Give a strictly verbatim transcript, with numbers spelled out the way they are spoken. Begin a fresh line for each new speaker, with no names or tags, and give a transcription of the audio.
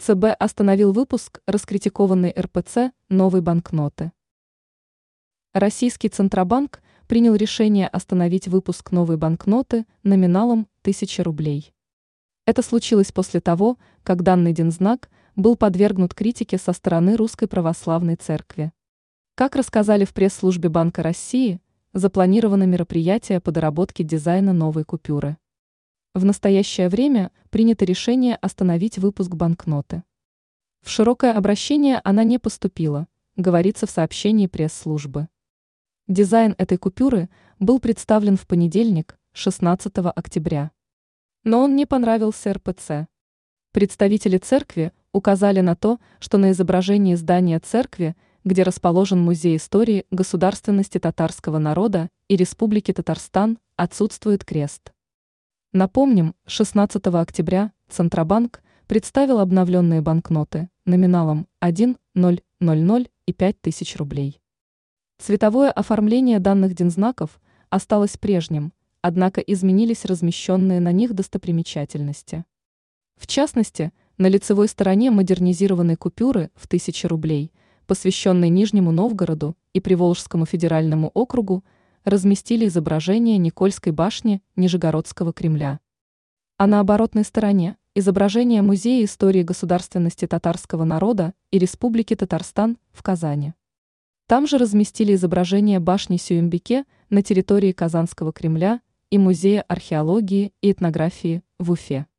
ЦБ остановил выпуск раскритикованной эр пэ цэ новой банкноты. Российский Центробанк принял решение остановить выпуск новой банкноты номиналом тысяча рублей. Это случилось после того, как данный дензнак был подвергнут критике со стороны Русской Православной Церкви. Как рассказали в пресс-службе Банка России, запланировано мероприятие по доработке дизайна новой купюры. В настоящее время принято решение остановить выпуск банкноты. В широкое обращение она не поступила, говорится в сообщении пресс-службы. Дизайн этой купюры был представлен в понедельник, шестнадцатого октября. Но он не понравился эр пэ цэ. Представители церкви указали на то, что на изображении здания церкви, где расположен Музей истории государственности татарского народа и Республики Татарстан, отсутствует крест. Напомним, шестнадцатого октября Центробанк представил обновленные банкноты номиналом один, ноль, ноль, ноль и пять тысяч рублей. Цветовое оформление данных дензнаков осталось прежним, однако изменились размещенные на них достопримечательности. В частности, на лицевой стороне модернизированной купюры в тысячу рублей, посвященной Нижнему Новгороду и Приволжскому федеральному округу, разместили изображение Никольской башни Нижегородского Кремля. А на оборотной стороне – изображение Музея истории государственности татарского народа и Республики Татарстан в Казани. Там же разместили изображение башни Сюембике на территории Казанского Кремля и Музея археологии и этнографии в Уфе.